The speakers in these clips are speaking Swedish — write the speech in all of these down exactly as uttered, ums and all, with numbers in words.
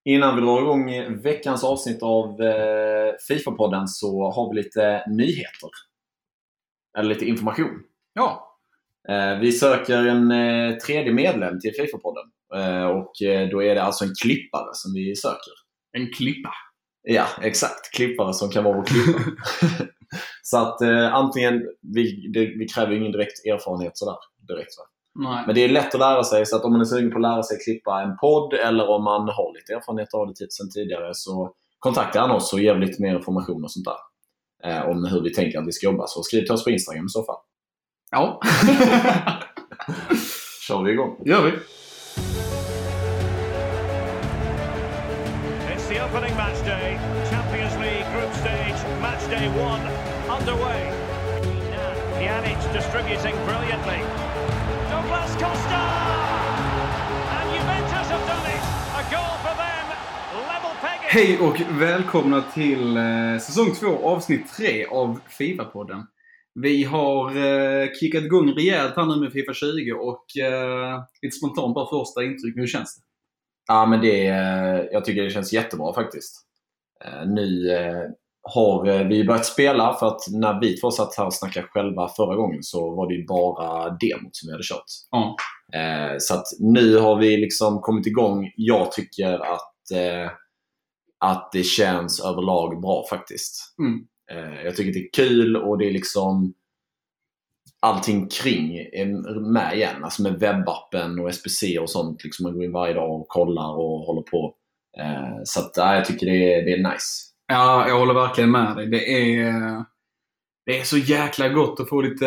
Innan vi drar igång veckans avsnitt av eh, FIFA-podden så har vi lite nyheter. Eller lite information. Ja. Eh, vi söker en eh, tredje medlem till FIFA-podden. Eh, och eh, då är det alltså en klippare som vi söker. En klippa? Ja, exakt. Klippare som kan vara vår klippare. Så att eh, antingen, vi, det, vi kräver ingen direkt erfarenhet sådär. Direkt, va? Nej. Men det är lätt att lära sig, så att om man är sugen på att lära sig klippa en podd eller om man har lite erfarenhet av det sen tidigare, så kontakta han oss och ger lite mer information och sånt där eh, om hur vi tänker att vi ska jobba. Så skriv till oss på Instagram i så fall. Ja. Kör vi igång. Gör vi. It's the opening match day, Champions League group stage, match day one underway. Pjanic distributing brilliantly. Douglas Costa! And Juventus have done it! A goal for them! Level pegging! Hej och välkomna till eh, säsong två, avsnitt tre av FIFA-podden. Vi har eh, kickat igång rejält här nu med FIFA tjugo och eh, lite spontant bara första intryck. Hur känns det? Ja, men det, jag tycker det känns jättebra faktiskt. Eh, nu eh, har vi börjat spela, för att när vi två satt här och snackade själva förra gången så var det ju bara demot som vi hade kört. Ja. Eh, så att nu har vi liksom kommit igång. Jag tycker att, eh, att det känns överlag bra faktiskt. Mm. Eh, jag tycker det är kul och det är liksom allting kring är med igen. Alltså med webbappen och S P C och sånt. Liksom man går in varje dag och kollar och håller på. Eh, så att, ja, jag tycker det är, det är nice. Ja, jag håller verkligen med dig. Det är, det är så jäkla gott att få lite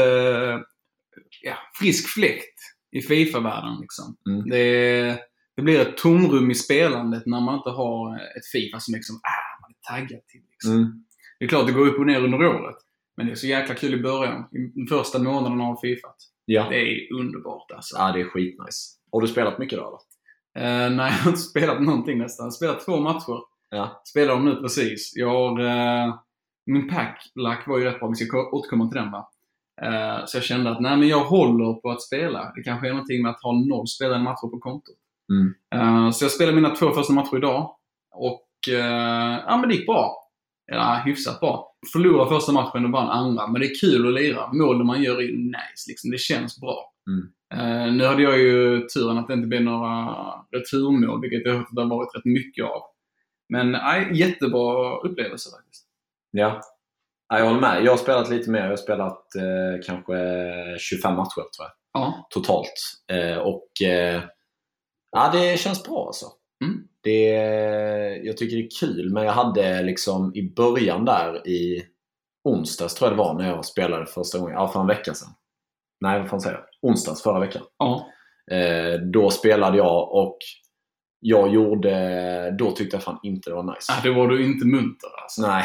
ja, frisk fläkt i FIFA-världen. Liksom. Mm. Det, det blir ett tomrum i spelandet när man inte har ett FIFA som liksom, ah, man är taggad till. Liksom. Mm. Det är klart det går upp och ner under året. Men det är så jäkla kul i början. I den första månaden av FIFA. Ja. Det är underbart alltså. Ja, det är skitnice. Har du spelat mycket då eller? Uh, nej, jag har inte spelat någonting nästan. Jag har spelat två matcher. Ja. Spelar dem nu precis. Jag har, uh, min pack-lack var ju rätt bra. Vi ska återkomma till den, va? Uh, så jag kände att nej, men jag håller på att spela. Det kanske är någonting med att ha noll spelade matcher på kontot. Mm. Uh, så jag spelade mina två första matcher idag. Och uh, ja, men det gick bra. Ja, hyfsat bra. Förlorade första matchen och vann andra. Men det är kul att lira. Målen man gör är nice. Liksom. Det känns bra. Mm. Uh, nu hade jag ju turen att det inte blev några returmål. Vilket jag har hört att det har varit rätt mycket av. Men nej, jättebra upplevelse faktiskt. Ja. ja, jag håller med. Jag har spelat lite mer. Jag har spelat eh, kanske tjugofem matcher tror jag. Ja. Totalt. Eh, och eh, ja, det känns bra alltså. Mm. Det, jag tycker det är kul. Men jag hade liksom i början där i onsdags tror jag det var när jag spelade första gången. Ja, för en vecka sedan. Nej, vad fan säger jag? Onsdags förra veckan. Ja. Eh, då spelade jag och jag gjorde, då tyckte jag fan inte det var nice. Ja, det var du inte munter alltså. Nej,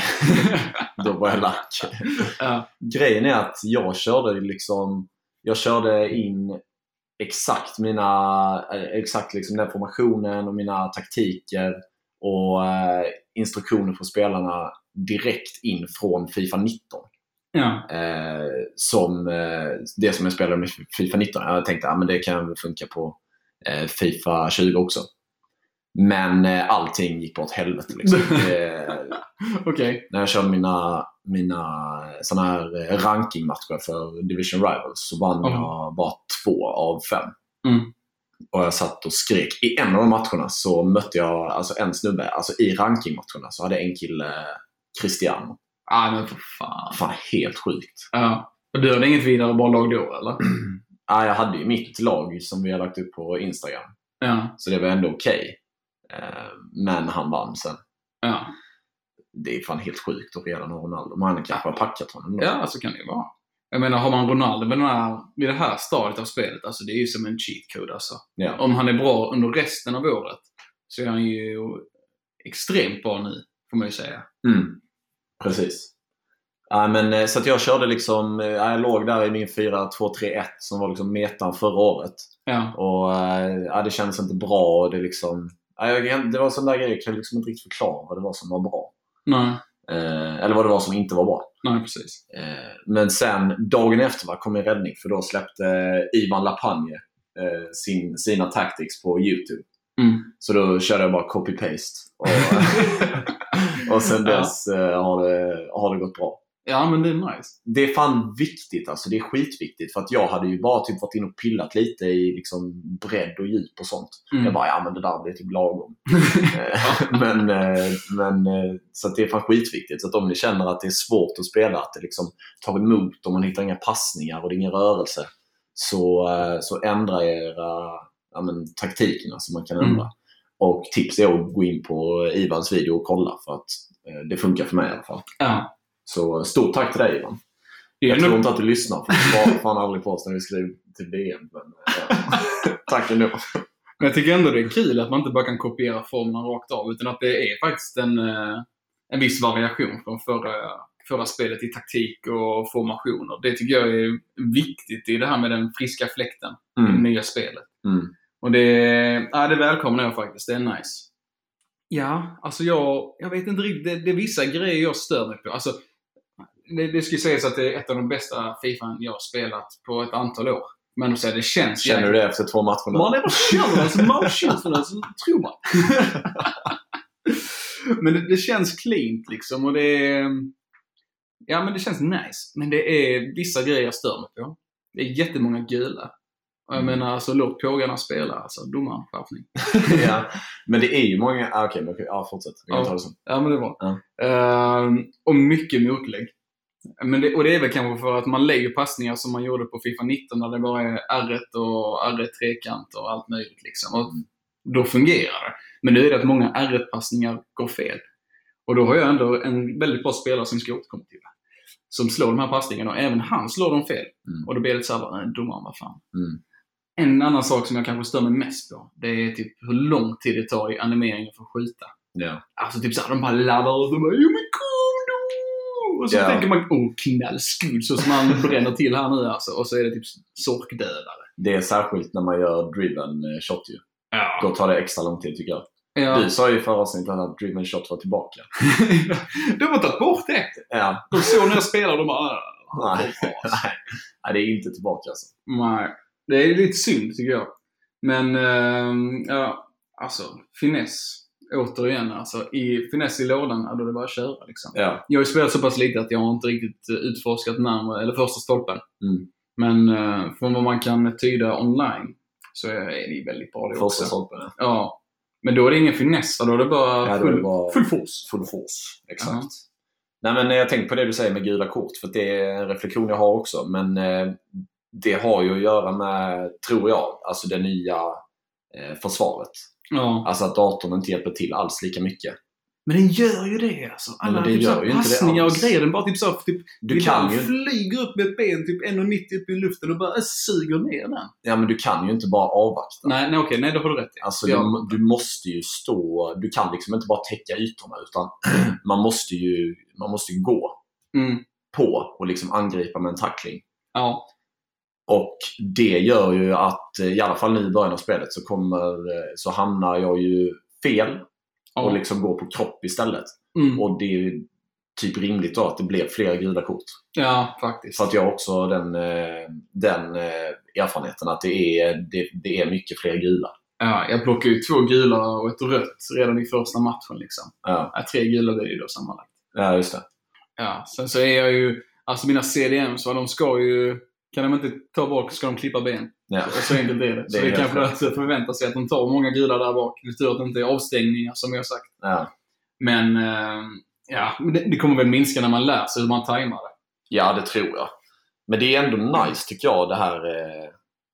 då var jag lack. Ja. Grejen är att jag körde liksom, jag körde in exakt mina, exakt liksom den formationen och mina taktiker och eh, instruktioner för spelarna direkt in från FIFA nitton. Ja. Eh, som eh, det som jag spelade med FIFA nitton. Jag tänkte att ah, det kan funka på eh, FIFA tjugo också. Men eh, allting gick på åt helvete liksom. eh, Okay. När jag körde mina, mina såna här rankingmatcher för Division Rivals så vann Mm. jag bara två av fem. Mm. Och jag satt och skrek. I en av de matcherna så mötte jag alltså en snubbe. Alltså i rankingmatcherna så hade en kille Cristiano. Ah, men för fan. Fan, helt sjukt. Ja. Och du hade inget vidare bara lag då, eller? Ja, jag hade ju mitt lag som vi har lagt upp på Instagram. Ja. Så det var ändå okej. Men han vann sen. Ja. Det är fan helt sjukt att redan ha Ronaldo. Man kanske har packat honom då. Ja, så kan det ju vara. Jag menar, har man Ronaldo vid, den här, vid det här stadiet av spelet, alltså det är ju som en cheat code alltså. Ja. Om han är bra under resten av året så är han ju extremt bra nu, får man ju säga. Mm. Precis. Ja, men, så att jag körde liksom, jag låg där i min fyra två tre ett som var liksom metan förra året. Ja. Och ja, det kändes inte bra. Och det, liksom, ja, det var sån där grej, jag kunde liksom inte riktigt förklara vad det var som var bra. Nej. Eh, eller vad det var som inte var bra. Nej, precis. Eh, men sen, dagen efter var, kom en räddning. För då släppte Ivan Lapagne eh, sin, sina tactics på YouTube. Mm. Så då körde jag bara copy-paste. Och, och sen dess ja. har, det, har det gått bra. Ja, men det är nice. Det är fan viktigt, alltså. Det är skitviktigt. För att jag hade ju bara typ varit in och pillat lite i liksom bredd och djup och sånt. Mm. Jag bara, ja men det där blir typ lagom. men, men så att det är fan skitviktigt. Så att om ni känner att det är svårt att spela, att det liksom tar emot och man hittar inga passningar och det är ingen rörelse, så, så ändra era ja, men, taktikerna som man kan ändra. Mm. Och tips är att gå in på Ivans video och kolla, för att det funkar för mig i alla fall. Ja. Så stort tack till dig, Ivan. Jag tror inte att du lyssnar, för du svarar fan aldrig på oss när vi skriver till D M. Men, ja. Tack ändå. Men jag tycker ändå det är kul att man inte bara kan kopiera formen rakt av, utan att det är faktiskt en, en viss variation från förra, förra spelet i taktik och formationer. Det tycker jag är viktigt i det här med den friska fläkten mm. i det nya spelet. Mm. Och det, ja, det välkomnar jag faktiskt. Det är nice. Ja, alltså jag, jag vet inte riktigt. Det, det är vissa grejer jag stör mig på. Alltså, det, det skulle sägas att det är ett av de bästa FIFA jag har spelat på ett antal år. Men så här, det känns... Känner du det efter två matcher? Man är bara känner alltså, man känns för det, så tror man. Men det, det känns cleant liksom, och det är... Ja, men det känns nice. Men det är vissa grejer jag stör mig på. Det är jättemånga gula. Och jag mm. menar, alltså låt pågarna spela, alltså domaren, skärpning. Ja, men det är ju många... Ah, okej, okay, ja, fortsätt. Vi kan ja. ta det så. Ja, men det var. Ja. Uh, och mycket motlägg. Men det, och det är väl kanske för att man lägger passningar som man gjorde på FIFA nitton, där det bara är R ett och R ett trekant och allt möjligt liksom. Och då fungerar det. Men nu är det att många R ett-passningar går fel. Och då har jag ändå en väldigt bra spelare som ska återkomma till det, som slår de här passningarna, och även han slår dem fel. Mm. Och då blir det så här, domaren, vad fan. Mm. En annan sak som jag kanske stör mig mest på, det är typ hur lång tid det tar i animeringen för att skjuta. Yeah. Alltså typ såhär, de bara laddar och de bara, jo men kom då! Och så yeah. tänker man, åh knallskud, så som man bränner till här nu alltså. Och så är det typ sorkdödare. Det är särskilt när man gör driven shot ju. Ja. Då tar det extra lång tid tycker jag. Ja. Du sa ju förra avsnittet att driven shot var tillbaka. De har tagit bort det. Ja. De såg när jag spelar, de bara... Nej. Nej. Nej, det är inte tillbaka alltså. Nej, det är lite synd tycker jag. Men, äh, ja, alltså, finess. Återigen, alltså, i finess i lådan, ja, då är det bara att köra liksom. Ja. Jag har ju spelat så pass lite att jag har inte riktigt utforskat närmare, eller första stolpen. Mm. Men äh, från vad man kan tyda online så är det väldigt bra det första också. Stolpen, ja. Ja. Men då är det ingen finess, då är det bara ja, full, det bara full force. Full force, exakt. Uh-huh. Nej, men jag tänkte på det du säger med gula kort, för det är en reflektion jag har också. Men eh, det har ju att göra med, tror jag, alltså det nya eh, försvaret. Ja. Alltså att datorn inte hjälper till alls lika mycket. Men den gör ju det alltså. Alla men det typ gör ju passningar inte och grejer. Den bara typ så typ, du kan ju flyger upp med ett ben typ en komma nittio upp i luften och bara suger ner den. Ja, men du kan ju inte bara avvakta. Nej, nej okej, nej då har du rätt. Alltså du, du måste ju stå, du kan liksom inte bara täcka ytorna, utan man måste ju man måste ju gå mm. på och liksom angripa med en tackling. Ja. Och det gör ju att i alla fall nu i början av spelet så kommer så hamnar jag ju fel. Ja. Och liksom gå på kropp istället. Mm. Och det är ju typ rimligt då att det blir fler gula kort. Ja, faktiskt. För att jag också den, den erfarenheten att det är, det, det är mycket fler gula. Ja, jag plockar ju två gula och ett rött redan i första matchen liksom. Ja. Ja, tre gula blir det ju då sammanlagt. Ja, just det. Ja, sen så är jag ju, alltså mina C D M så de ska ju, kan de inte ta bort, ska de klippa ben. Ja. Och så enkelt är det. Så det, det är kanske att förvänta sig att de tar många gula där bak. Det betyder att det inte är avstängningar som jag har sagt. Ja. Men äh, ja, det, det kommer väl minska när man lär sig hur man tajmar det. Ja, det tror jag. Men det är ändå nice tycker jag det här. Eh,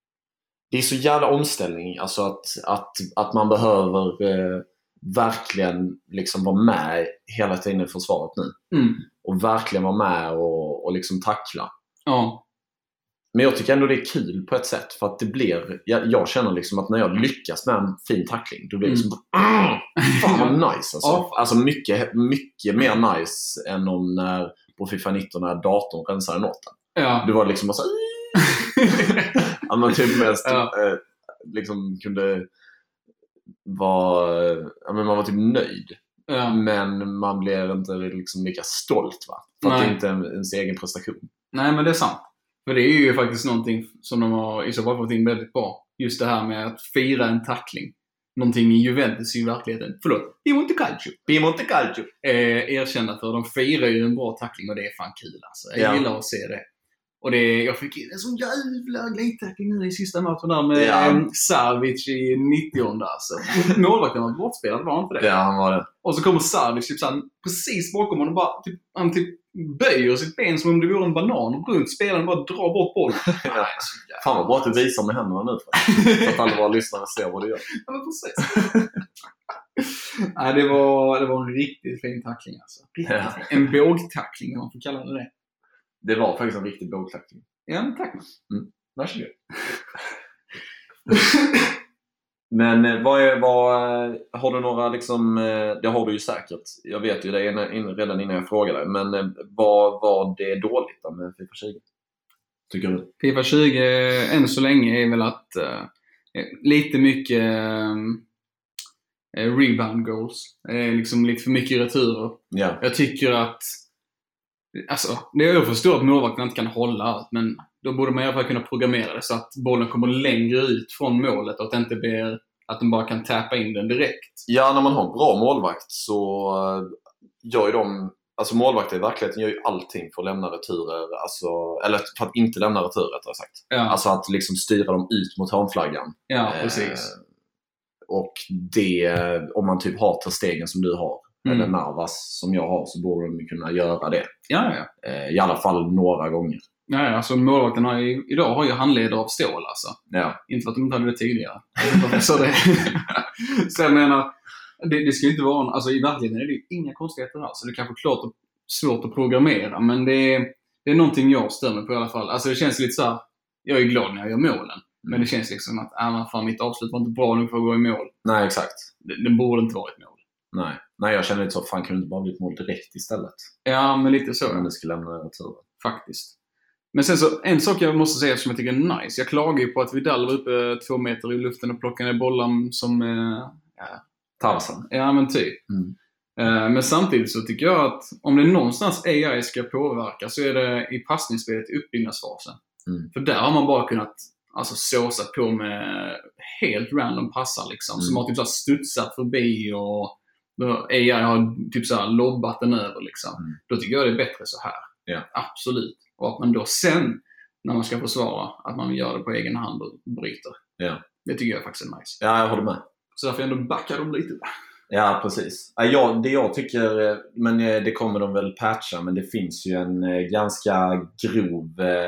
det är så jävla omställning. Alltså att, att, att man behöver eh, verkligen liksom vara med hela tiden i försvaret nu. Mm. Och verkligen vara med och, och liksom tackla. Ja. Men jag tycker ändå det är kul på ett sätt. För att det blir, jag, jag känner liksom att när jag lyckas med en fin tackling, då blir det liksom mm. fan vad nice alltså. Ja. Alltså mycket, mycket mer nice än om när på FIFA nitton när datorn rensade noten. Ja. Du var liksom bara så att man typ mest ja. eh, liksom kunde vara, ja, men man var typ nöjd. Ja. Men man blev inte liksom lika stolt va? För att det inte är ens egen prestation. Nej, men det är sant. För det är ju faktiskt någonting som de har i så fall fått in väldigt bra. Just det här med att fira en tackling. någonting i Juventus i verkligheten. Förlåt, i Monte Calcio. I Monte Calcio. Eh, erkända för. De firar ju en bra tackling och det är fan kul alltså. Jag Ja. gillar att se det. Och det, jag fick in en sån jävla glidtackling nu i sista matchen där med Ja. ja. Savic i nittionde alltså. Målvakten var bortspelad, var inte det? Ja, han var det. Och så kommer Savic typ såhär, precis bakom honom och bara typ, han typ böjer sitt ben som om det vore en banan och runt spelaren bara drar bort bollen. Ja. Fan vad bra att du visar med händerna nu för. Så att alla våra lyssnare ser vad du gör. Ja, men precis. Nej, det var, det var en riktigt fin tackling alltså. Riktigt Ja. fin. En bågtackling om man får kalla det det. Det var faktiskt en riktig bågtackling. Ja, men tack. Varsågod. Men eh, vad är, vad, har du några liksom, eh, det har du ju säkert. Jag vet ju det in, in, redan innan jag frågade. Men eh, vad var det dåligt då med FIFA tjugo? Tycker du? FIFA tjugo än så länge är väl att uh, lite mycket uh, rebound goals. Uh, liksom lite för mycket returer. Ja. Jag tycker att alltså, det är jag förstår att målvakten inte kan hålla allt, men då borde man i alla fall kunna programmera det så att bollen kommer längre ut från målet och att det inte blir att de bara kan tappa in den direkt. Ja, när man har en bra målvakt så uh, gör ju de, alltså målvakter i verkligheten gör ju allting för att lämna returer, alltså, eller för att inte lämna returer rättare sagt. Ja, Alltså att liksom styra dem ut mot hörnflaggan. ja precis. Eh, och det, om man typ har Ter Stegen som du har, Mm. eller Navas som jag har, så borde de kunna göra det. Ja, ja. Eh, I alla fall några gånger. Ja, ja, alltså målvakten har ju, idag har ju handledare av stål alltså. Ja. Inte för att de inte hade det tidigare. Så, det, så jag menar, det, det ska ju inte vara en, alltså i verkligheten är det ju inga konstigheter alls. Det är kanske klart och svårt att programmera, men det är, det är någonting jag stämmer på i alla fall. Alltså det känns lite så här, jag är glad när jag gör målen. Men det känns liksom att, äh, fan, mitt avslut var inte bra nu för att gå i mål. Nej, exakt. Det, det borde inte vara ett mål. Nej. Nej, jag känner lite så, fan kan du inte bara bli ett mål direkt istället? Ja, men lite så. Om du ska lämna returen. Faktiskt. Men sen så, en sak jag måste säga som jag tycker är nice. Jag klagar ju på att Vidal var uppe två meter i luften och plockade ner bollen som... Eh, ja, Tarzan. ja, men typ. Mm. Eh, men samtidigt så tycker jag att om det är någonstans A I ska påverka så är det i passningsspelet i uppbyggnadsfasen. Mm. För där har man bara kunnat alltså såsa på med helt random passar liksom. Mm. Som har typ så här studsat förbi och A I har typ så här lobbat den över liksom. Mm. Då tycker jag det är bättre så här. Ja. Absolut. Och att man då sen, när man ska försvara, att man gör det på egen hand och bryter. Ja. Det tycker jag faktiskt är nice. Ja, jag håller med. Så därför ändå backar de lite. Ja, precis. Ja, det jag tycker, men det kommer de väl patcha, men det finns ju en ganska grov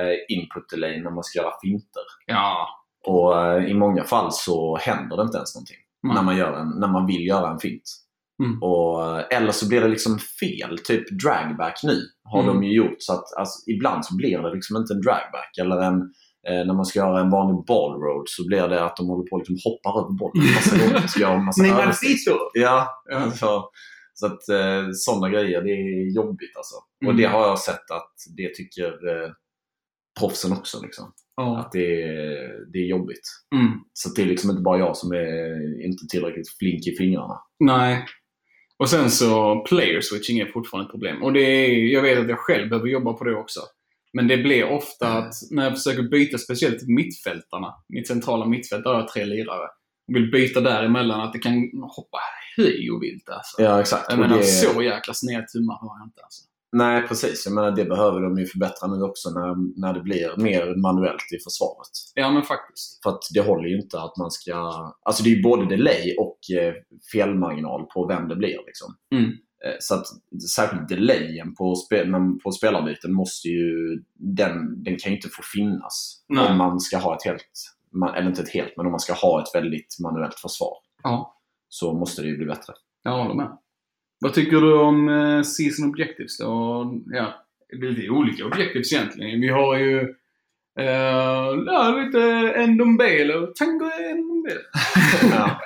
input lane när man ska göra finter. Ja. Och i många fall så händer det inte ens någonting. Mm. När man gör en, när man vill göra en fint. Mm. Och, eller så blir det liksom fel, typ dragback nu har mm. de ju gjort så att alltså, ibland så blir det liksom inte en dragback eller en, eh, när man ska göra en vanlig ball road så blir det att de håller på att liksom hoppar över bollen massa gånger, ska göra en massa Nej, man så. Ja, ja. Alltså, så att eh, sådana grejer, det är jobbigt alltså. Mm. Och det har jag sett att det tycker eh, proffsen också liksom. Oh. Att det är, det är jobbigt. Mm. Så det är liksom inte bara jag som är inte tillräckligt flink i fingrarna. Nej. Och sen så player switching är fortfarande ett problem. Och det är, jag vet att jag själv behöver jobba på det också. Men det blir ofta mm. att när jag försöker byta speciellt mittfältarna, mitt centrala mittfält, där har jag tre lirare. Och vill byta däremellan att det kan hoppa höj och vilt alltså. Ja, exakt. Jag menar, det... så jäkla snedtummar har jag inte alltså. Nej, precis. Jag menar, det behöver de ju förbättra nu också när, när det blir mer manuellt i försvaret. Ja, men faktiskt. För att det håller ju inte att man ska... Alltså det är ju både delay och eh, felmarginal på vem det blir liksom. Mm. Eh, så att särskilt delayen på, spe, på spelarbyten måste ju... Den, den kan ju inte få finnas. Nej. Om man ska ha ett helt... Eller inte ett helt, men om man ska ha ett väldigt manuellt försvar. Ja. Så måste det ju bli bättre. Jag håller med. Vad tycker du om eh, season objectives då? Ja, det blir lite olika objectives egentligen. Vi har ju eh, ja, lite Ndombele och Tango Ndombele. Ja.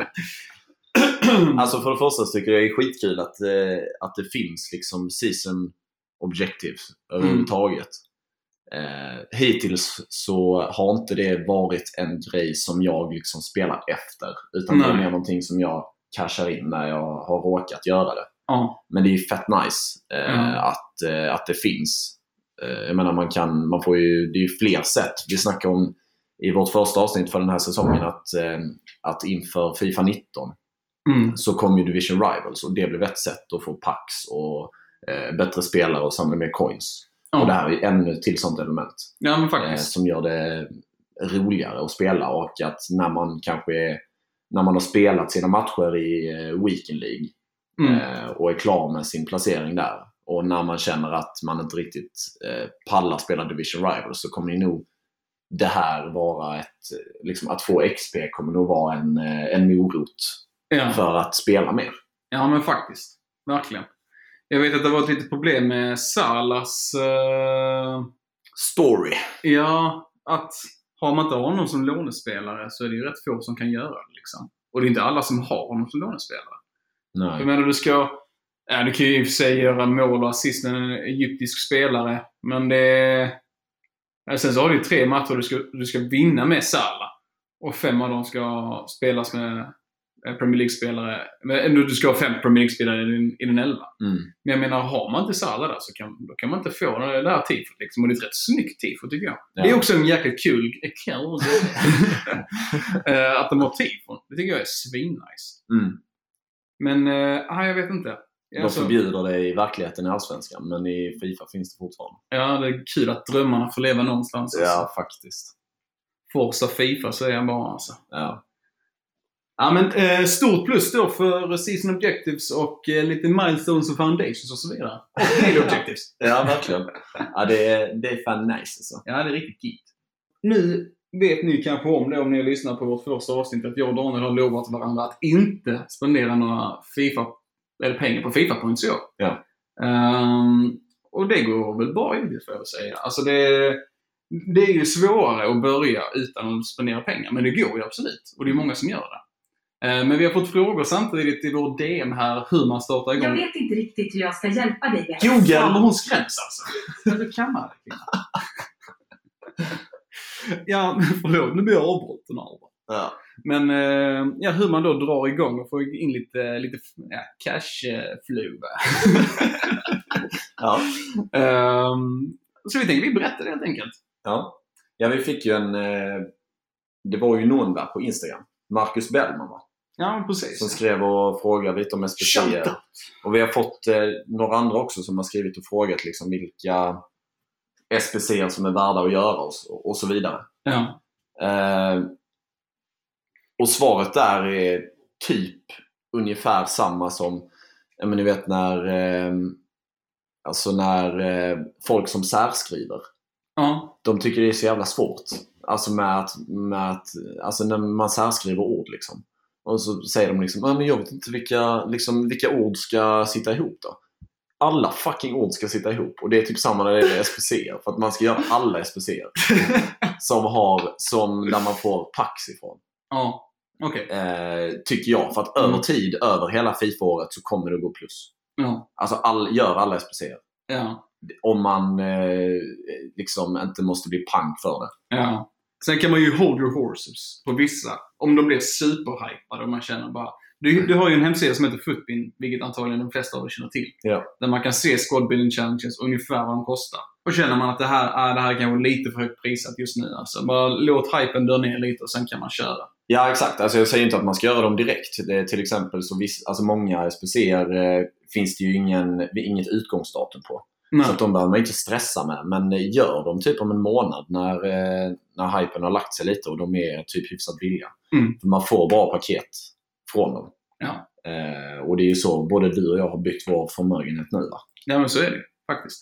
Alltså för det första tycker jag det är skitkul att, eh, att det finns liksom season objectives överhuvudtaget. Mm. Eh, hittills så har inte det varit en grej som jag liksom spelar efter. Utan Nej. Det är mer någonting som jag cashar in när jag har råkat göra det. Ja. Men det är ju fett nice eh, mm. att, eh, att det finns. Eh, jag menar man kan, man får ju, det är ju fler sätt. Vi snackar om i vårt första avsnitt för den här säsongen att, eh, att inför FIFA nitton mm. så kom ju Division Rivals och det blev ett sätt att få packs och eh, bättre spelare och samla mer coins. Mm. Och det här är ännu till sånt element ja, men faktiskt. Eh, som gör det roligare att spela och att när man kanske är, när man har spelat sina matcher i eh, Weekend League mm. eh, och är klar med sin placering där och när man känner att man inte riktigt eh, pallar spela Division Rivals så kommer ni nog det här vara ett, liksom att få X P kommer nog vara en, en morot ja. för att spela mer. Ja men faktiskt, verkligen. Jag vet att det var ett litet problem med Salas uh... story. Ja, att har man inte honom som lånespelare så är det ju rätt få som kan göra det liksom. Och det är inte alla som har honom som lånespelare. Nej. Jag menar du ska, ja, du kan ju i och för sig göra mål och assist med en egyptisk spelare, men det sen så har du ju tre matcher du ska, du ska vinna med Salah. Och fem av dem ska spelas med Premier League-spelare. Du ska ha fem Premier League-spelare i din, i din elva. Mm. Men jag menar, har man inte Salah där så kan, då kan man inte få det här tifot. Liksom. Och det är ett rätt snyggt tifot tycker jag. Ja. Det är också en jäkligt kul kul att de har tifon. Det tycker jag är svinnice. Mm. Men, äh, jag vet inte. De alltså, förbjuder det i verkligheten i Allsvenskan, men i FIFA finns det fortfarande. Ja, det är kul att drömmarna får leva någonstans. Ja, alltså. faktiskt. Forza FIFA så är jag bara alltså. Ja. Ja, men eh, stort plus då för Season Objectives och eh, lite Milestones och Foundations och så vidare. Och Daily Objectives. Ja, verkligen. Ja, det är, det är fan nice alltså. Ja, det är riktigt gitt. Nu vet ni kanske om det om ni lyssnar på vårt första avsnitt att jag och Daniel har lovat varandra att inte spendera några FIFA eller pengar på FIFA points i år. Ja. Um, och det går väl bra inte för att säga. Alltså det, det är ju svårare att börja utan att spendera pengar. Men det går ju absolut. Och det är många som gör det. Uh, men vi har fått frågor samtidigt i vår D M här hur man startar igång. Jag vet inte riktigt hur jag ska hjälpa dig med. Google! Fan vad hon skräms alltså. Ska du kamma det? Ja, förlåt. Nu blir jag avbrotten av. Ja. Men eh, ja, hur man då drar igång och får in lite, lite ja, cash-flow. Ja. um, så vi tänkte vi berättar det helt enkelt. Ja. Ja, vi fick ju en... Eh, det var ju någon där på Instagram. Marcus Bellman va? Ja, precis. Som skrev och frågade lite om S P C. Och vi har fått eh, några andra också som har skrivit och frågat liksom vilka S P C som är värda att göra och, och så vidare. Ja. Eh, Och svaret där är typ ungefär samma som jag menar, ni vet när eh, alltså när eh, folk som särskriver ja. de tycker det är så jävla svårt alltså med att, med att alltså när man särskriver ord liksom och så säger de liksom men jag vet inte vilka, liksom, vilka ord ska sitta ihop då. Alla fucking ord ska sitta ihop och det är typ samma när det är S P C för att man ska göra alla S P C som har som där man får packs ifrån. Ja. Okay. Eh, tycker jag. För att mm. över tid, över hela FIFA-året så kommer det gå plus. Ja. Alltså all, gör alla S P C. Ja. Om man eh, liksom inte måste bli pank för det. Ja. Sen kan man ju hold your horses på vissa. Om de blir superhypade och man känner bara... Du, du har ju en hemsida som heter Footbin, vilket antagligen de flesta av er känner till. Ja. Där man kan se squad building challenges ungefär vad de kostar. Och känner man att det här, äh, det här är kanske lite för högt prisat just nu. Alltså, bara låt hypen dö ner lite och sen kan man köra. Ja, exakt. Alltså, jag säger inte att man ska göra dem direkt. Det är till exempel så viss, alltså många S P C-er eh, finns det ju ingen, inget utgångsdatum på. Nej. Så att de behöver man inte stressa med. Men gör dem typ om en månad när, eh, när hypen har lagt sig lite och de är typ hyfsat billiga. Mm. För man får bra paket från dem. Ja. Eh, och det är ju så, både du och jag har byggt vår förmögenhet nu va? Ja men så är det faktiskt.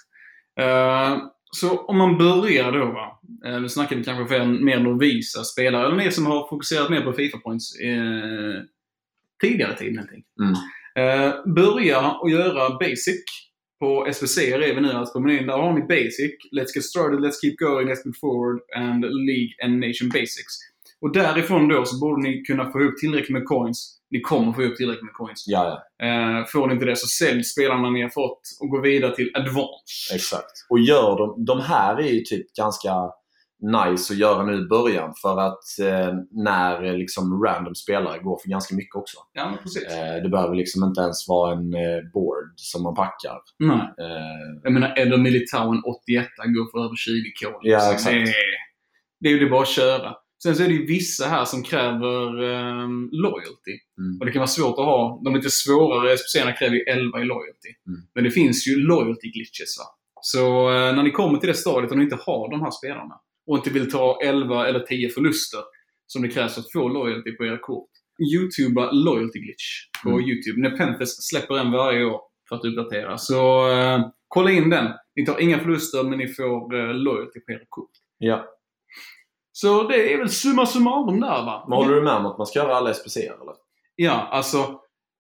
Uh, så om man börjar då va, uh, nu snackar vi kanske för en mer novisa spelare eller mer som har fokuserat mer på FIFA points uh, tidigare tid helt enkelt. Mm. Uh, börja och göra basic på S P C är vi nu alltså på menyn. Där har ni basic, let's get started, let's keep going, let's move forward and League and Nation basics. Och därifrån då så borde ni kunna få ihop tillräckligt med coins. Ni kommer få ihop tillräckligt med coins. Ja, ja. Eh, får ni inte det så sälj spelarna ni har fått och gå vidare till advance. Exakt. Och gör de, de här är ju typ ganska nice att göra nu i början. För att eh, när liksom random spelare går för ganska mycket också. Ja, precis. Eh, det behöver liksom inte ens vara en eh, board som man packar. Nej. Eh, Jag menar, Eder Militao en åttioett går för över tjugo kol. Ja, exakt. Det, det är ju det bara att köra. Sen så är det ju vissa här som kräver um, loyalty. Mm. Och det kan vara svårt att ha. De lite svårare S P C-erna kräver ju elva i loyalty. Mm. Men det finns ju loyalty glitches, va? Så uh, när ni kommer till det stadiet och ni inte har de här spelarna och inte vill ta elva eller tio förluster som det krävs för att få loyalty på era kort. YouTuber loyalty glitch på mm. YouTube. Nepenthes släpper en varje år för att uppdatera. Så uh, kolla in den. Ni tar inga förluster men ni får uh, loyalty på era kort. Ja. Så det är väl summa summarum där, va? Men håller du med om att man ska göra alla S P C eller? Ja, alltså.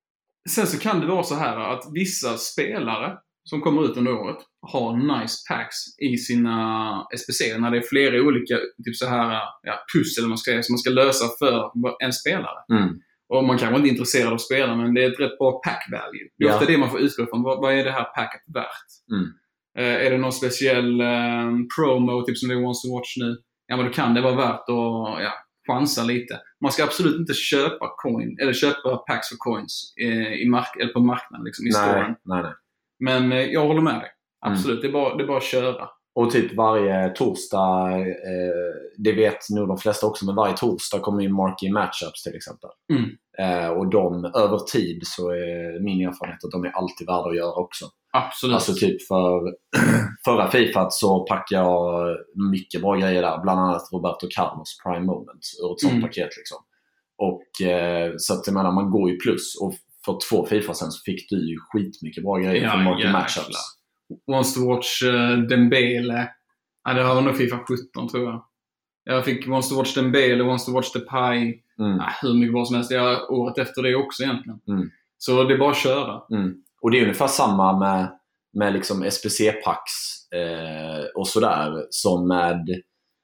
Sen så kan det vara så här att vissa spelare som kommer ut under året har nice packs i sina S P C när det är flera olika typ så här ja, pussel man ska, som man ska lösa för en spelare. Mm. Och man kanske inte är intresserad av spelare, men det är ett rätt bra pack value. Det är ja. ofta det man får utgå från. Vad, vad är det här packet värt? Mm. Uh, är det någon speciell um, promo typ som det är Wants to Watch nu? Ja, men då kan det vara värt att ja, chansa lite. Man ska absolut inte köpa coin eller köpa packs för coins eh, i mark- eller på marknaden liksom, i nej, storen. Nej, nej. Men eh, jag håller med dig. Absolut, mm. det, är bara, det är bara att köra. Och typ varje torsdag, eh, det vet nog de flesta också, men varje torsdag kommer ju marquee matchups till exempel. Mm. Eh, och de, över tid så är min erfarenhet att de är alltid värda att göra också. Absolut. Alltså typ för förra FIFA så packade jag mycket bra grejer där. Bland annat Roberto Carlos Prime Moment ur ett sånt mm. paket liksom. Och eh, så att jag menar, man går ju plus. Och för två FIFA sen så fick du ju skitmycket bra grejer ja, för marquee ja, matchups. Wants to Watch uh, Dembele. Ja, det här var nog FIFA sjutton tror jag. Jag fick Wants to Watch Dembele, Wants to Watch Depay. Mm. Ja, hur mycket bra som helst. Jag året efter det också egentligen. Mm. Så det är bara att köra. Mm. Och det är ungefär samma med, med liksom S P C-packs eh, och sådär som med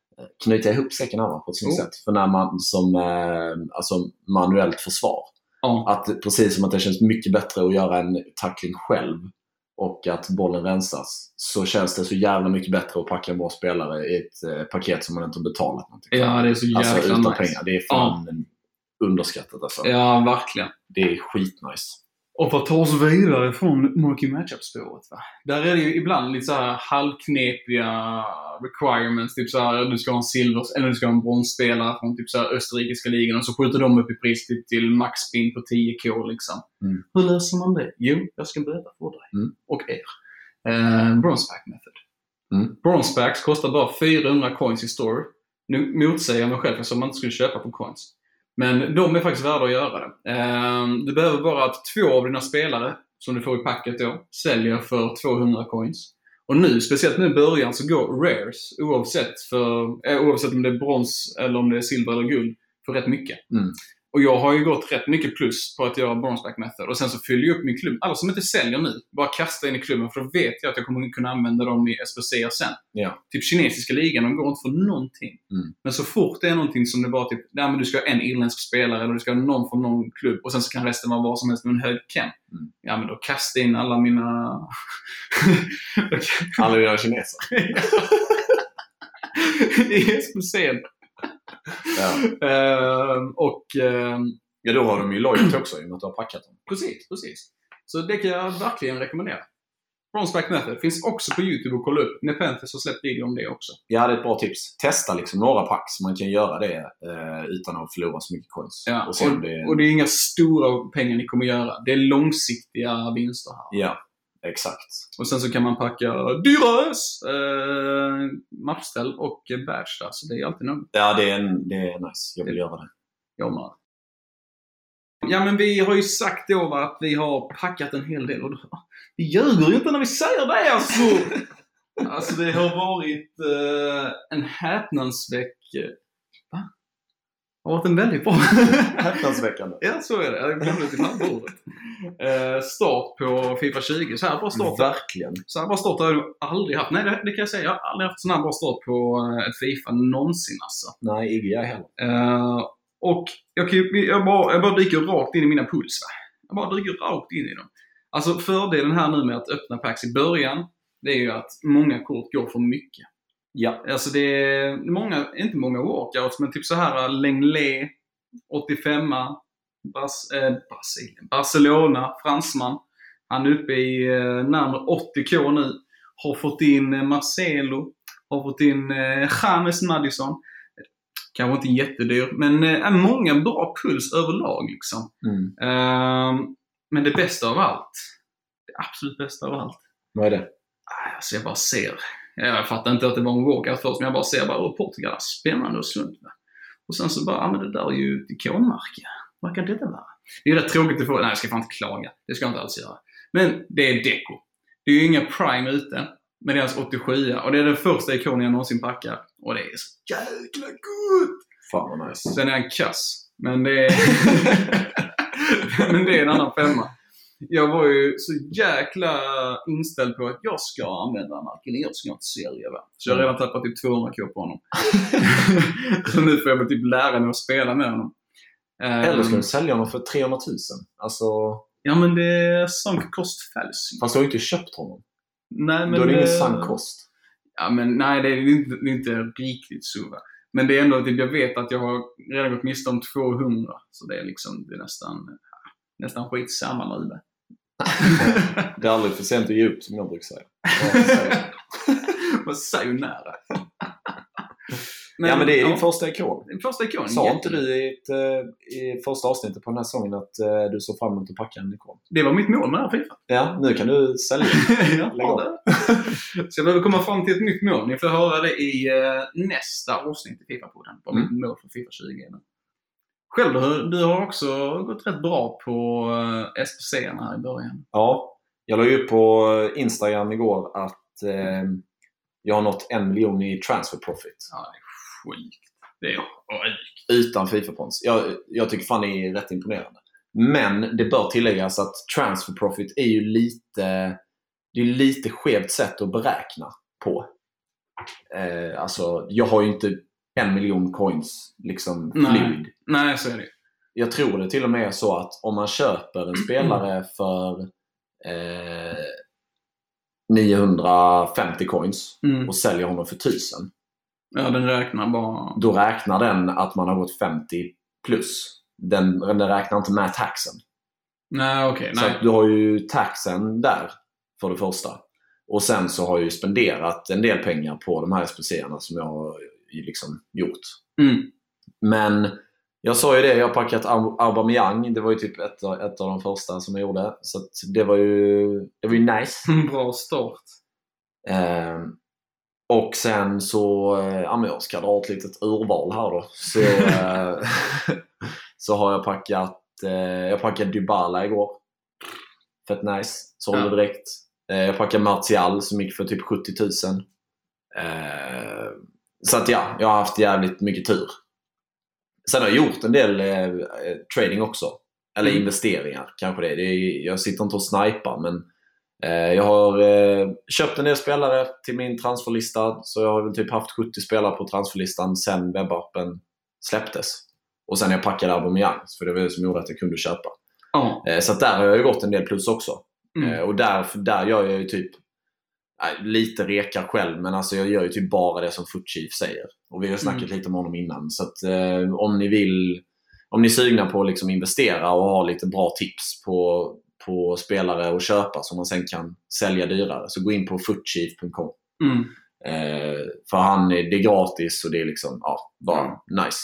knyta ihop säcken här på ett sånt oh. sätt. För när man som eh, alltså manuellt försvar. Oh. Att precis som att det känns mycket bättre att göra en tackling själv och att bollen rensas, så känns det så jävla mycket bättre att packa en bra spelare i ett eh, paket som man inte har betalat någonting. Ja, det är så jävla alltså, utan nice. pengar. Det är fan oh. underskattat alltså. Ja, verkligen. Det är skitnice. Och för att ta oss vidare från marquee matchup-spåret, va? Där är det ju ibland lite så här halvknepiga requirements. Typ så här, du ska ha en silver eller du ska ha en bronsspelare från typ så här österrikiska ligan. Och så skjuter de upp i pris typ till maxspin på tio k liksom. Mm. Hur löser man det? Jo, jag ska berätta för dig. Mm. Och er. Eh, bronze pack method. Mm. Bronze packs kostar bara fyrahundra coins i store. Nu motsäger jag mig själv eftersom man inte skulle köpa på coins. Men de är faktiskt värda att göra det. Eh, du behöver bara att två av dina spelare som du får i packet då säljer för tvåhundra coins. Och nu, speciellt nu i början, så går rares oavsett, för, eh, oavsett om det är brons eller om det är silver eller guld för rätt mycket. Mm. Och jag har ju gått rätt mycket plus på att göra bronze pack method. Och sen så fyller jag upp min klubb. Alla som inte säljer nu, bara kasta in i klubben. För då vet jag att jag kommer kunna använda dem i S P C sen. Ja. Typ kinesiska ligan, de går inte för någonting. Mm. Men så fort det är någonting som det bara typ, nej men du ska ha en irländsk spelare eller du ska ha någon från någon klubb. Och sen så kan resten vara vad som helst med en hög camp. Mm. Ja men då kasta in alla mina... alla dina kineser. I S P C. Ja. Uh, och uh, ja, då har de ju loyalty också i och med att du har packat dem. Precis, precis. Så det kan jag verkligen rekommendera. Bronze pack method finns också på YouTube och kolla upp. Nepenthes har släppt video om det också. Ja, det är ett bra tips. Testa liksom några packs. Man kan göra det eh, utan att förlora så mycket coins. Ja, och, och, det... och det är inga stora pengar ni kommer göra. Det är långsiktiga vinster här. Ja, exakt. Och sen så kan man packa dyras eh, matchställ och badge där. Så det är alltid något. Ja, det är, en, det är nice. Jag vill det. göra det. Jag med. Ja, men vi har ju sagt då att vi har packat en hel del. Och vi ljuger ju inte när vi säger det alltså. Alltså det har varit uh, en häpnadsväck... Va? Det har varit en väldigt bra... häpnadsväckande. Ja, så är det. Jag glömde till handbordet. Uh, start på FIFA tjugo. Så här bra start. Verkligen. Så här bra start har jag aldrig haft. Nej, det, det kan jag säga. Jag har aldrig haft sån här bra start på ett FIFA någonsin alltså. Nej, inte jag heller. Uh, Och jag, kan, jag, bara, jag bara dyker rakt in i mina puls. Va? Jag bara dyker rakt in i dem. Alltså fördelen här nu med att öppna packs i början, det är ju att många kort går för mycket. Ja. Alltså det är många, inte många walkouts, men typ så här Lenglet, åttiofem, Bas, eh, Brasilien, Barcelona, fransman. Han är uppe i eh, närmare åttio k nu. Har fått in eh, Marcelo, har fått in eh, James Madison. Kanske inte jättedyr, men äh, många bra puls överlag liksom. Mm. Uh, men det bästa av allt, det absolut bästa av allt. Vad är det? Alltså jag bara ser, jag fattar inte att det var en walkout först, men jag bara ser bara, oh, Portugal, spännande och slunt. Och sen så bara, ja men det där är ju ett ikonmärke. Vad kan detta vara? Det är ju rätt tråkigt att få, nej jag ska fan inte klaga, det ska jag inte alls göra. Men det är Deco. Det är ju inga Prime ute, men det är alltså åttiosju och det är den första ikonen jag någonsin packar. Och det är så jäkla gott! Fan vad nice. Sen är en kass, men det är men det är en annan femma. Jag var ju så jäkla inställd på att jag ska använda marken, jag ska inte sälja, va? Så jag har redan tappat typ tvåhundra kronor på honom. Så nu får jag väl typ lära mig att spela med honom. Eller ska du sälja honom för trehundratusen? Alltså... Ja, men det är sunk cost fallacy. Fast du har ju inte köpt honom. Nej, men då är det det... ingen sunk cost. Ja, men nej, det är inte, det är inte riktigt så. Men det är ändå att jag vet att jag har redan gått miste om tvåhundra. Så det är liksom, det är nästan, nästan skitsamma nu. Det är aldrig för sent att ge upp, som jag brukar säga. Vad säger du nära? Men, ja, men det är din ja, första ikon. Din första ikon. Sa inte du i, ett, i första avsnittet på den här säsongen att uh, du såg fram emot att packa en ikon? Det var mitt mål med den här FIFA. Ja, nu kan du sälja. Ja, det. Så jag behöver komma fram till ett nytt mål. Ni får höra det i uh, nästa avsnitt i FIFA-podden. På mm. mitt mål för FIFA tjugo. Själv, du, du har också gått rätt bra på uh, S P C här i början. Ja, jag la ju upp på Instagram igår att uh, jag har nått en miljon i transfer profit. Ja, det är sjukt. Det är sjukt. Utan FIFA points. Jag, jag tycker fan det är rätt imponerande. Men det bör tilläggas att transfer profit är ju lite det är lite skevt sätt att beräkna på. Eh, alltså, jag har ju inte en miljon coins liksom fluid. Nej, så är det. Jag tror det till och med är så att om man köper en spelare för eh, niohundrafemtio coins mm. och säljer honom för tusen. Ja, den räknar bara... Då räknar den att man har gått femtio plus. Den, den räknar inte med taxen. Nej, okej. Okay, så att du har ju taxen där för det första. Och sen så har jag ju spenderat en del pengar på de här S P C-erna som jag har liksom gjort. Mm. Men jag sa ju det, jag har packat Aubameyang. Det var ju typ ett, ett av de första som jag gjorde. Så att det var ju, det var ju nice. Bra start. Eh, och sen så, ja men jag ska dra ett litet urval här då. Så, eh, så har jag packat, eh, jag packade Dybala igår. Fett nice, sålde ja. direkt. Eh, jag packade Martial som gick för typ sjuttio tusen. Eh, så att ja, jag har haft jävligt mycket tur. Sen har jag gjort en del eh, trading också. Eller mm. investeringar kanske det. det är, jag sitter inte och snipar, men eh, jag har eh, köpt en del spelare till min transferlista. Så jag har väl typ haft sjuttio spelare på transferlistan sen webbappen släpptes. Och sen jag packade Aubameyang, för det var det som gjorde att jag kunde köpa. Mm. Eh, så att där har jag ju gått en del plus också. Mm. Eh, och där, där gör jag ju typ eh, lite rekar själv, men alltså jag gör ju typ bara det som Footchief säger. Och vi har snackat mm. lite om honom innan. Så att eh, om ni vill, om ni är sugna på att liksom investera och ha lite bra tips på, på spelare och köpa som man sen kan sälja dyrare, så gå in på footchief punkt com. Mm. Eh, för han är, det är gratis och det är liksom, ja, bara mm. nice.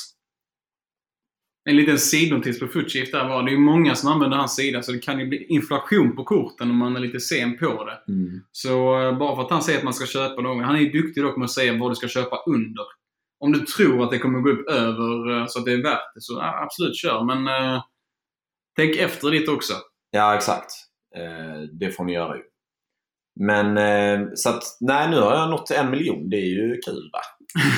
En liten sidonotis på Footchief där var, det är ju många som använder hans sida, så det kan ju bli inflation på korten om man är lite sen på det. Mm. Så bara för att han säger att man ska köpa någon, han är ju duktig dock med att säga vad du ska köpa under. Om du tror att det kommer gå upp över så att det är värt det, så ja, absolut kör. Men äh, tänk efter lite också. Ja, exakt. Eh, det får ni göra ju. Men eh, så att, nej, nu har jag nått en miljon. Det är ju kul, va?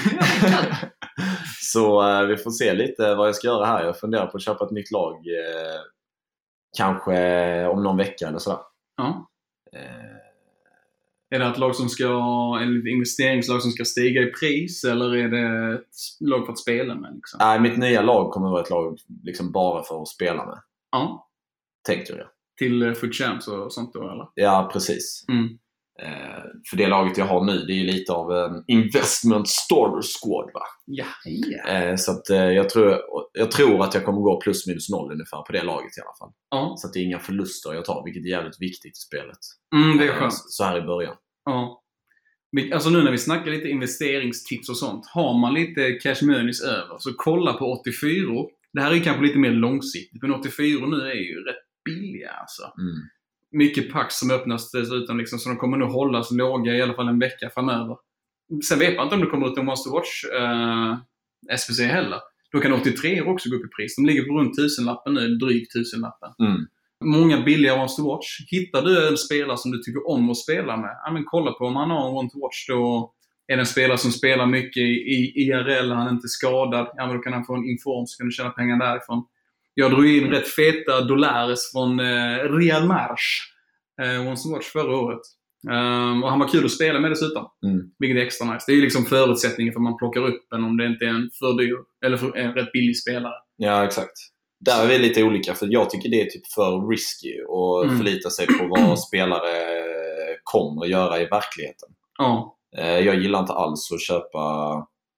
Så eh, vi får se lite vad jag ska göra här. Jag funderar på att köpa ett nytt lag. Eh, kanske om någon vecka eller sådär. Ja. Eh, Är det ett lag som ska, eller investeringslag som ska stiga i pris, eller är det ett lag för att spela med? Liksom? Nej, mitt nya lag kommer att vara ett lag liksom bara för att spela med. Ja. Tänkte jag. Till Foot Champs och sånt då, eller? Ja, precis. Mm. Eh, för det laget jag har nu, det är ju lite av en investment starter squad, va? Ja, yeah. eh, Så att eh, jag, tror, jag tror att jag kommer gå plus minus noll ungefär på det laget i alla fall. Ja. Så att det är inga förluster jag tar, vilket är jävligt viktigt i spelet. Mm, det är skönt. Så här i början. Ja. Alltså nu när vi snackar lite investeringstips och sånt. Har man lite cash moneys över, så kolla på åttiofyra. Det här är kanske lite mer långsiktigt. Men åttiofyra nu är ju rätt billiga alltså. Mm. Mycket packs som öppnas dessutom liksom, så de kommer nog hållas låga i alla fall en vecka framöver. Sen vet man inte om det kommer ut en Monster Watch uh, S P C heller. Då kan åttiotre också gå upp i pris. De ligger på runt tusenlappen nu, drygt tusenlappen. Mm. Många billiga Monster Watch. Hittar du en spelare som du tycker om att spela med, ja, men kolla på om han har en Monster Watch. Då är det en spelare som spelar mycket i I R L, han är inte skadad. Ja, men då kan han få en inform, så kan du tjäna pengar därifrån. Jag drog in rätt feta dollares från eh, Riyad Mahrez eh, Monster Watch förra året. Um, och han var kul att spela med dessutom. Mm. Vilket är extra nice. Det är ju liksom förutsättningen för att man plockar upp en om det inte är en för dyr eller för en rätt billig spelare. Ja, exakt. Där är vi lite olika, för jag tycker det är typ för risky att Mm. förlita sig på vad spelare kommer att göra i verkligheten. Ja. Eh, Jag gillar inte alls att köpa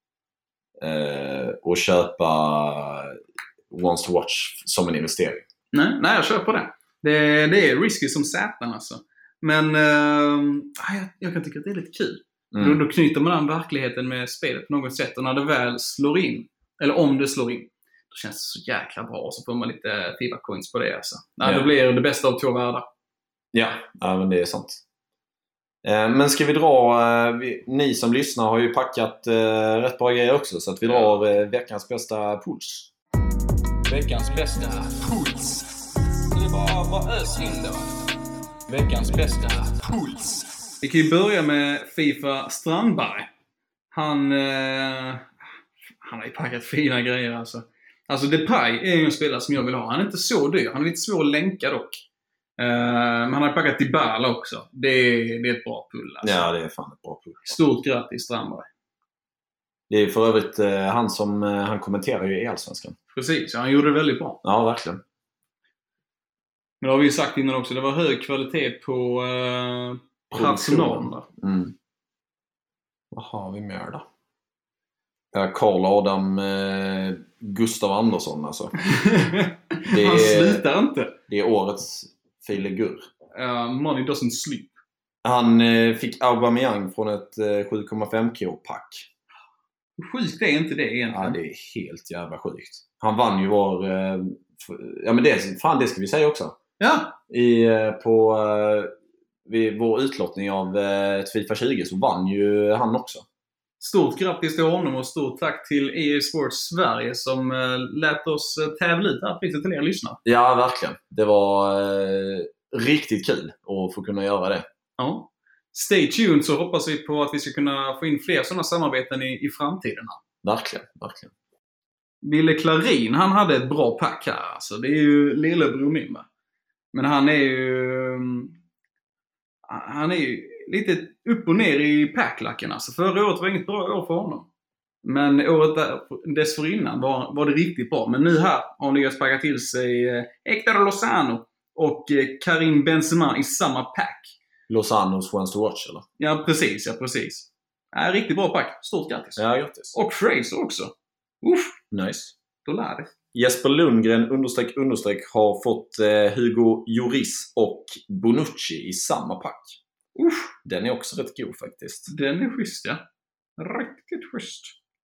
eh, och köpa Monster Watch som en investering. Nej, nej, jag köper det. Det, det är risky som satan alltså. Men uh, jag, jag kan tycka att det är lite kul. Mm. Då, då knyter man an verkligheten med spelet på något sätt. Och när det väl slår in, eller om det slår in, då känns det så jäkla bra. Och så får man lite FIFA coins på det alltså. Nej, Ja. Då blir det bästa av två världar. Ja, ja, men det är sant. Eh, Men ska vi dra, eh, vi, ni som lyssnar har ju packat eh, rätt bra grejer också, så att vi drar eh, veckans bästa puls. Veckans bästa puls. Det är bara, bara ös in då. Veckans bästa puls. Vi kan ju börja med FIFA Strandberg. Han, eh, han har ju packat fina grejer alltså. Alltså Depay är ju en spelare som jag vill ha. Han är inte så dyr. Han är lite svår att länka dock. Eh, men han har packat Dybala också. Det är, det är ett bra pull alltså. Ja, det är fan ett bra pull. Stort grattis Strandberg. Det är för övrigt eh, han som eh, han kommenterar ju i Allsvenskan. Precis, ja, han gjorde det väldigt bra. Ja, verkligen. Men det har vi ju sagt innan också. Det var hög kvalitet på eh, personalen där. Mm. Vad har vi mer då? Ja, Karl Adam eh, Gustav Andersson alltså. Det Han är- slutar inte. Det är årets filegur. Uh, money doesn't sleep. Han eh, fick Aubameyang från ett eh, sju komma fem K-pack. Hur sjukt är inte det egentligen? Ja, det är helt jävla sjukt. Han vann ju vår... Eh, f- ja, men det, fan, det ska vi säga också. Ja, I, eh, på, eh, vid vår utlottning av eh, ett FIFA tjugo så vann ju han också. stort grattis till honom och stort tack till E A Sports Sverige som eh, lät oss eh, tävla ut det här priset till er lyssnare. Ja, verkligen. Det var eh, riktigt kul att få kunna göra det. Ja. Stay tuned, så hoppas vi på att vi ska kunna få in fler sådana samarbeten i, i framtiden. Verkligen, verkligen. Ville Klarin, han hade ett bra pack här. Alltså, det är ju lillebror min va? Men han är ju... um, Han är ju lite upp och ner i packlacken. Alltså. Förra året var inget bra år för honom. Men året där, dessförinnan var, var det riktigt bra. Men nu här har han lyckats packa till sig eh, Hector Lozano och eh, Karim Benzema i samma pack. Lozanos Ones to Watch, eller? Ja, precis. Ja, precis. Ja, riktigt bra pack. Stort grattis. Ja, grattis. Och Fraser också. Uff, Nice. då lär det. Jesper Lundgren understreck understreck har fått eh, Hugo Lloris och Bonucci i samma pack. Uff, Den är också rätt god faktiskt. den är schysst, ja. Riktigt schysst.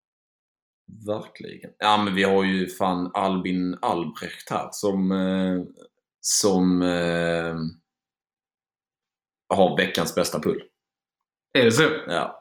Verkligen. Ja, men vi har ju fan Albin Albrecht här som eh, som eh, har veckans bästa pull. Är det så? Ja.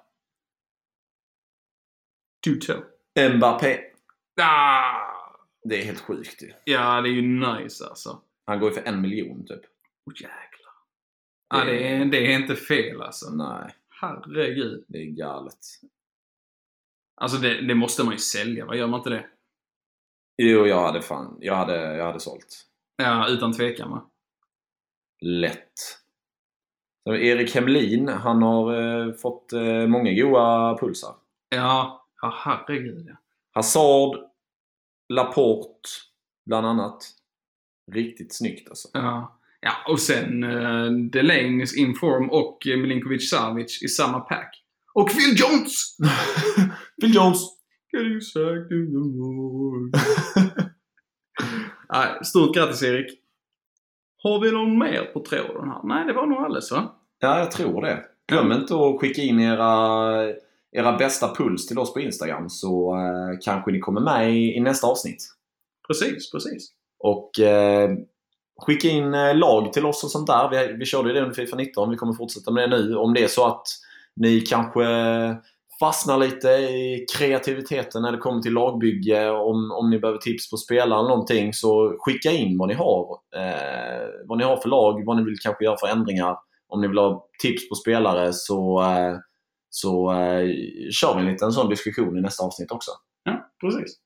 Do tell. Mbappé. Ah! Det är helt sjukt ju. Ja, det är ju nice alltså. Han går ju för en miljon typ. Åh oh, jäklar. Ja, det är, det är inte fel alltså. Nej, Herregud. det är galet. Alltså det, det måste man ju sälja. Vad gör man inte det? Jo, jag hade fan, jag hade, jag hade sålt. Ja, utan tvekan va? Lätt. Så Erik Hemlin, han har eh, fått eh, många goda pulsar. Ja, ja herregud ja. Hazard, Laporte bland annat. Riktigt snyggt alltså. Ja, ja och sen uh, Delaney's Inform och uh, Milinkovic Savic i samma pack. Och Phil Jones! Phil Jones. Getting sacked in the morning. Nej, stort grattis Erik. Har vi någon mer på tråden här? Nej, det var nog alldeles va? Ja, jag tror det. glöm inte att skicka in era, era bästa puls till oss på Instagram, så eh, kanske ni kommer med i, i nästa avsnitt. Precis, precis. Och eh, skicka in eh, lag till oss och sånt där. Vi, vi körde det under FIFA nitton. Vi kommer fortsätta med det nu. Om det är så att ni kanske fastnar lite i kreativiteten när det kommer till lagbygge, om, om ni behöver tips på spelare eller någonting, så skicka in vad ni har. Eh, vad ni har för lag, vad ni vill kanske göra för ändringar. Om ni vill ha tips på spelare, så, eh, så eh, kör vi en liten sån diskussion i nästa avsnitt också. Ja, precis.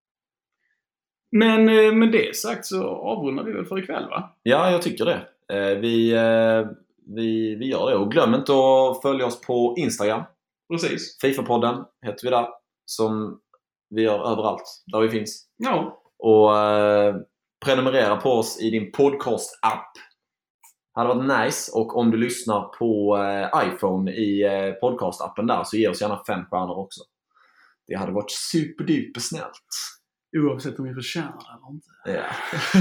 Men eh, med det sagt så avrundar vi väl för ikväll, va? Ja, jag tycker det. Eh, vi, eh, vi, vi gör det. Och glöm inte att följa oss på Instagram. Precis. FIFA-podden heter vi där. Som vi gör överallt där vi finns. Ja. Och eh, prenumerera på oss i din podcast-app. Det hade varit nice. Och om du lyssnar på eh, iPhone i eh, podcast-appen där, så ge oss gärna fem stjärnor också. Det hade varit superduper snällt. Oavsett om vi förtjänar det eller inte. Ja.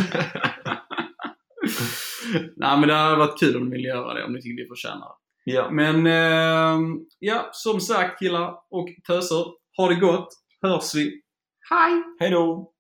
Nej, men det hade varit kul om ni vill göra det, om ni tycker vi förtjänar det. Ja. Men eh, ja, som sagt killar och töser, ha det gott. Hörs vi. Hej! Hej då!